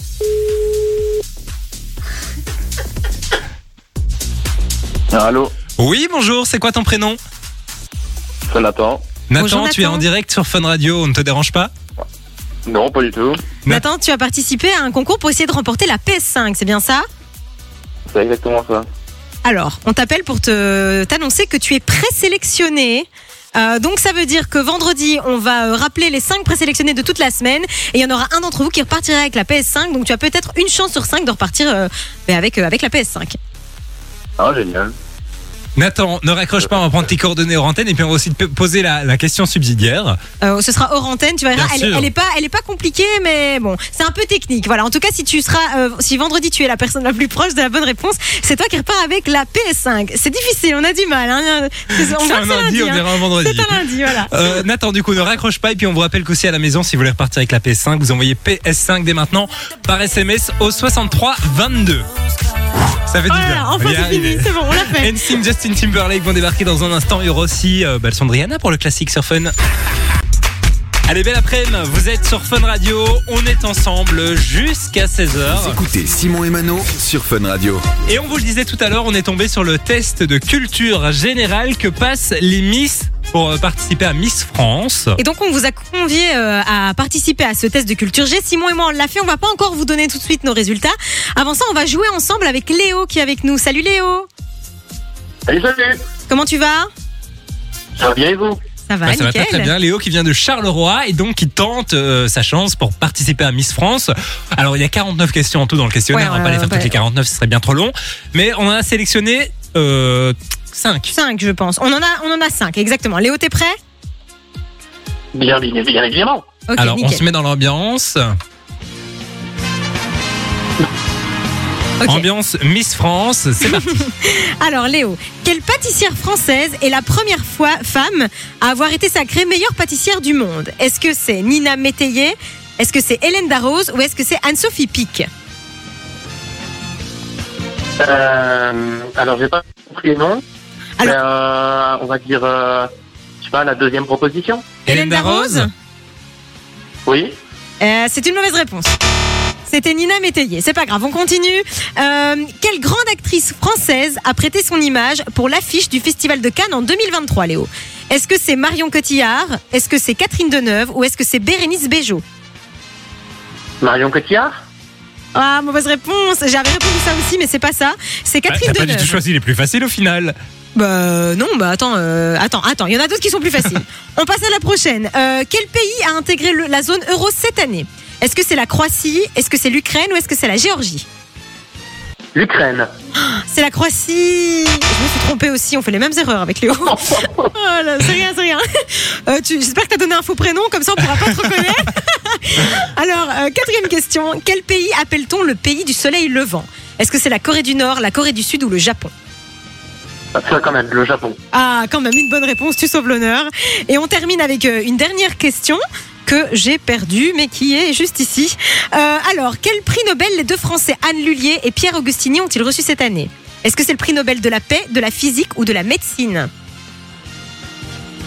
[SPEAKER 7] Allô,
[SPEAKER 1] Oui, bonjour, c'est quoi ton prénom?
[SPEAKER 7] c'est Nathan.
[SPEAKER 1] Nathan,
[SPEAKER 2] Bonjour,
[SPEAKER 1] tu es
[SPEAKER 2] Nathan.
[SPEAKER 1] en direct sur Fun Radio, on ne te dérange pas?
[SPEAKER 7] Non, pas du tout.
[SPEAKER 2] Nathan, tu as participé à un concours pour essayer de remporter la PS5, c'est bien ça?
[SPEAKER 7] C'est exactement ça.
[SPEAKER 2] Alors, on t'appelle pour t'annoncer que tu es présélectionné. Donc ça veut dire que vendredi, on va rappeler les 5 présélectionnés de toute la semaine, et il y en aura un d'entre vous qui repartira avec la PS5. Donc tu as peut-être une chance sur 5 de repartir avec la PS5.
[SPEAKER 7] Ah, génial.
[SPEAKER 1] Nathan, ne raccroche pas, on va prendre tes coordonnées hors antenne et puis on va aussi te poser la question subsidiaire.
[SPEAKER 2] Ce sera hors antenne, tu verras.
[SPEAKER 1] Bien sûr.
[SPEAKER 2] Elle est pas compliquée, mais bon, c'est un peu technique. Voilà. En tout cas, si vendredi tu es la personne la plus proche de la bonne réponse, c'est toi qui repars avec la PS5. C'est difficile, on a du mal. Hein.
[SPEAKER 1] C'est un lundi, on dirait un vendredi.
[SPEAKER 2] C'est un lundi, voilà.
[SPEAKER 1] Nathan, du coup, ne raccroche pas et puis on vous rappelle qu'aussi à la maison, si vous voulez repartir avec la PS5, vous envoyez PS5 dès maintenant par SMS au 63 22. Ça fait du bien.
[SPEAKER 2] Voilà, enfin
[SPEAKER 1] On y est
[SPEAKER 2] c'est
[SPEAKER 1] arrivé.
[SPEAKER 2] fini, c'est bon, on l'a fait.
[SPEAKER 1] NSYNC, Justin Timberlake vont débarquer dans un instant. Il y aura aussi le son de Rihanna pour le classique sur Fun. Allez, belle après-midi, vous êtes sur Fun Radio, on est ensemble jusqu'à 16h.
[SPEAKER 5] Écoutez Simon et Mano sur Fun Radio.
[SPEAKER 1] Et on vous le disait tout à l'heure, on est tombé sur le test de culture générale que passent les Miss pour participer à Miss France.
[SPEAKER 2] Et donc on vous a convié à participer à ce test de culture G. Simon et moi on l'a fait, on va pas encore vous donner tout de suite nos résultats. Avant ça, on va jouer ensemble avec Léo qui est avec nous. Salut Léo.
[SPEAKER 7] Salut, salut.
[SPEAKER 2] Comment tu vas?
[SPEAKER 7] Ça va bien et vous?
[SPEAKER 2] Ça va,
[SPEAKER 1] Bah, ça va
[SPEAKER 2] nickel.
[SPEAKER 1] très très bien. Léo qui vient de Charleroi et donc qui tente sa chance pour participer à Miss France. Alors il y a 49 questions en tout dans le questionnaire, on va pas les faire toutes les 49, ce serait bien trop long. Mais on en a sélectionné 5.
[SPEAKER 2] 5 je pense. On en a 5 exactement. Léo, t'es prêt?
[SPEAKER 7] Bien évidemment.
[SPEAKER 2] Ok,
[SPEAKER 1] Alors on
[SPEAKER 2] nickel.
[SPEAKER 1] se met dans l'ambiance.
[SPEAKER 2] Ok.
[SPEAKER 1] Ambiance Miss France, c'est parti.
[SPEAKER 2] Alors Léo, quelle pâtissière française est la première femme à avoir été sacrée meilleure pâtissière du monde? Est-ce que c'est Nina Métayer? Est-ce que c'est Hélène Darroze? Ou est-ce que c'est Anne-Sophie Pic?
[SPEAKER 7] Alors, j'ai pas compris le nom.
[SPEAKER 2] Alors-
[SPEAKER 7] Mais, on va dire, je sais pas, la deuxième proposition.
[SPEAKER 1] Hélène Darroze.
[SPEAKER 7] Oui.
[SPEAKER 2] C'est une mauvaise réponse. C'était Nina Métayer. C'est pas grave, on continue. Quelle grande actrice française a prêté son image pour l'affiche du Festival de Cannes en 2023, Léo? Est-ce que c'est Marion Cotillard? Est-ce que c'est Catherine Deneuve? Ou est-ce que c'est Bérénice Bejo?
[SPEAKER 7] Marion Cotillard.
[SPEAKER 2] Ah, mauvaise réponse. J'avais répondu ça aussi, mais c'est pas ça. C'est
[SPEAKER 1] Bah,
[SPEAKER 2] Catherine
[SPEAKER 1] t'as pas du
[SPEAKER 2] Deneuve.
[SPEAKER 1] tout choisi les plus faciles au final.
[SPEAKER 2] Bah non, bah attends. Il y en a d'autres qui sont plus faciles. On passe à la prochaine. Quel pays a intégré la zone euro cette année? Est-ce que c'est la Croatie? Est-ce que c'est l'Ukraine? Ou est-ce que c'est la Géorgie?
[SPEAKER 7] L'Ukraine.
[SPEAKER 2] C'est la Croatie. Je me suis trompée aussi, on fait les mêmes erreurs avec Léo. Oh là, c'est rien. J'espère que t'as donné un faux prénom, comme ça on pourra pas te reconnaître. Alors, quatrième question. Quel pays appelle-t-on le pays du soleil levant? Est-ce que c'est la Corée du Nord, la Corée du Sud ou le Japon?
[SPEAKER 7] Ça, quand même, le Japon.
[SPEAKER 2] Ah, quand même, une bonne réponse, tu sauves l'honneur. Et on termine avec une dernière question que j'ai perdue, mais qui est juste ici. Alors, quel prix Nobel les deux Français Anne Lullier et Pierre Augustini ont-ils reçu cette année? Est-ce que c'est le prix Nobel de la paix, de la physique ou de la médecine?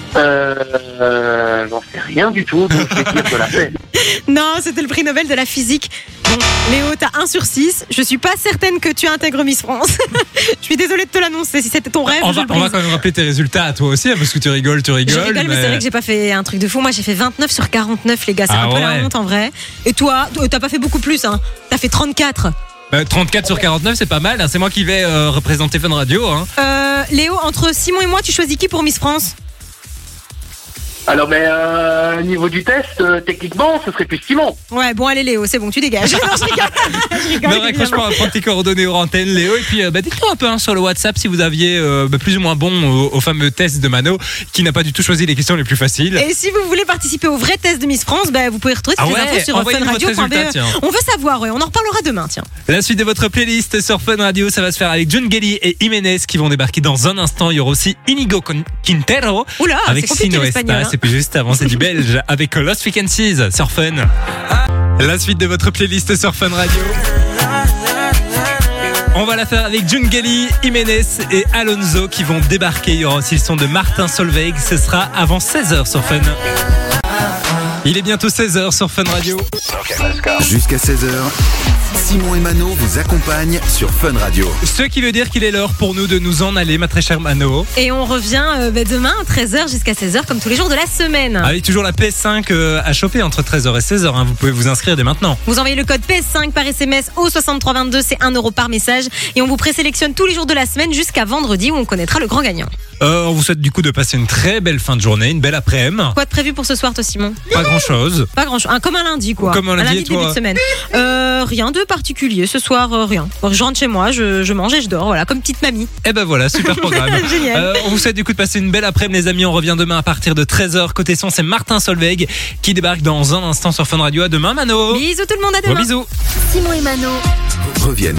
[SPEAKER 7] J'en sais rien du tout, donc je vais dire de la paix.
[SPEAKER 2] Non, c'était le prix Nobel de la physique. Bon, Léo, t'as 1 sur 6. Je suis pas certaine que tu intègres Miss France. Je suis désolée de te l'annoncer. Si c'était ton rêve,
[SPEAKER 1] On
[SPEAKER 2] je le
[SPEAKER 1] va
[SPEAKER 2] brise.
[SPEAKER 1] quand même rappeler tes résultats à toi aussi, hein, parce que tu rigoles.
[SPEAKER 2] Je rigole, mais c'est vrai que j'ai pas fait un truc de fou. Moi, j'ai fait 29 sur 49, les gars. C'est
[SPEAKER 1] Ah
[SPEAKER 2] un peu la
[SPEAKER 1] ouais.
[SPEAKER 2] honte en vrai. Et toi, t'as pas fait beaucoup plus, hein. T'as fait 34.
[SPEAKER 1] 34 sur 49, c'est pas mal. Hein. C'est moi qui vais représenter Fun Radio. Hein.
[SPEAKER 2] Léo, entre Simon et moi, tu choisis qui pour Miss France?
[SPEAKER 7] Alors, au niveau du test, techniquement, ce serait plus Simon.
[SPEAKER 2] Ouais, bon, allez, Léo, c'est bon, tu dégages. Non, je rigole. Je rigole,
[SPEAKER 1] Ne raccroche
[SPEAKER 2] évidemment.
[SPEAKER 1] pas, on va prendre tes coordonnées aux antennes, Léo. Et puis, dites-nous un peu sur le WhatsApp si vous aviez plus ou moins bon au fameux test de Mano, qui n'a pas du tout choisi les questions les plus faciles.
[SPEAKER 2] Et si vous voulez participer au vrai test de Miss France, vous pouvez retrouver toutes les infos sur
[SPEAKER 1] envoyez-nous votre résultat,
[SPEAKER 2] funradio.be.
[SPEAKER 1] tiens.
[SPEAKER 2] On veut savoir, ouais, on en reparlera demain, tiens.
[SPEAKER 1] La suite de votre playlist sur Fun Radio, ça va se faire avec June Gelly et Jiménez qui vont débarquer dans un instant. Il y aura aussi Inigo Quintero
[SPEAKER 2] Oula,
[SPEAKER 1] avec
[SPEAKER 2] c'est compliqué
[SPEAKER 1] Sino
[SPEAKER 2] l'espagnol.
[SPEAKER 1] Esta.
[SPEAKER 2] Hein.
[SPEAKER 1] C'est plus juste avant, c'est du belge avec Lost Frequencies sur Fun. La suite de votre playlist sur Fun Radio. On va la faire avec June Gelly, Jiménez et Alonso qui vont débarquer. Il y aura aussi le son de Martin Solveig. Ce sera avant 16h sur Fun. Il est bientôt 16h sur Fun Radio.
[SPEAKER 5] Jusqu'à 16h, Simon et Mano vous accompagnent sur Fun Radio.
[SPEAKER 1] Ce qui veut dire qu'il est l'heure pour nous de nous en aller, ma très chère Mano.
[SPEAKER 2] Et on revient demain à 13h jusqu'à 16h comme tous les jours de la semaine.
[SPEAKER 1] Avec toujours la PS5 à choper entre 13h et 16h. Hein. Vous pouvez vous inscrire dès maintenant.
[SPEAKER 2] Vous envoyez le code PS5 par SMS au 6322, c'est 1 € par message. Et on vous présélectionne tous les jours de la semaine jusqu'à vendredi où on connaîtra le grand gagnant.
[SPEAKER 1] On vous souhaite du coup de passer une très belle fin de journée, une belle après-midi.
[SPEAKER 2] Quoi de prévu pour ce soir, toi, Simon?
[SPEAKER 1] Pas grand-chose.
[SPEAKER 2] Pas grand chose. Comme un lundi, quoi.
[SPEAKER 1] Comme un lundi, et
[SPEAKER 2] de début
[SPEAKER 1] toi
[SPEAKER 2] de semaine. Rien de particulier. Ce soir, rien. Bon, je rentre chez moi, je mange et je dors. Voilà, comme petite mamie.
[SPEAKER 1] Et ben voilà, super programme.
[SPEAKER 2] Génial.
[SPEAKER 1] On vous souhaite du coup de passer une belle après-midi, les amis. On revient demain à partir de 13h. Côté son, c'est Martin Solveig qui débarque dans un instant sur Fun Radio. À demain, Mano.
[SPEAKER 2] Bisous tout le monde, à
[SPEAKER 1] Gros
[SPEAKER 2] demain.
[SPEAKER 1] bisous.
[SPEAKER 4] Simon et Mano.
[SPEAKER 5] Reviennent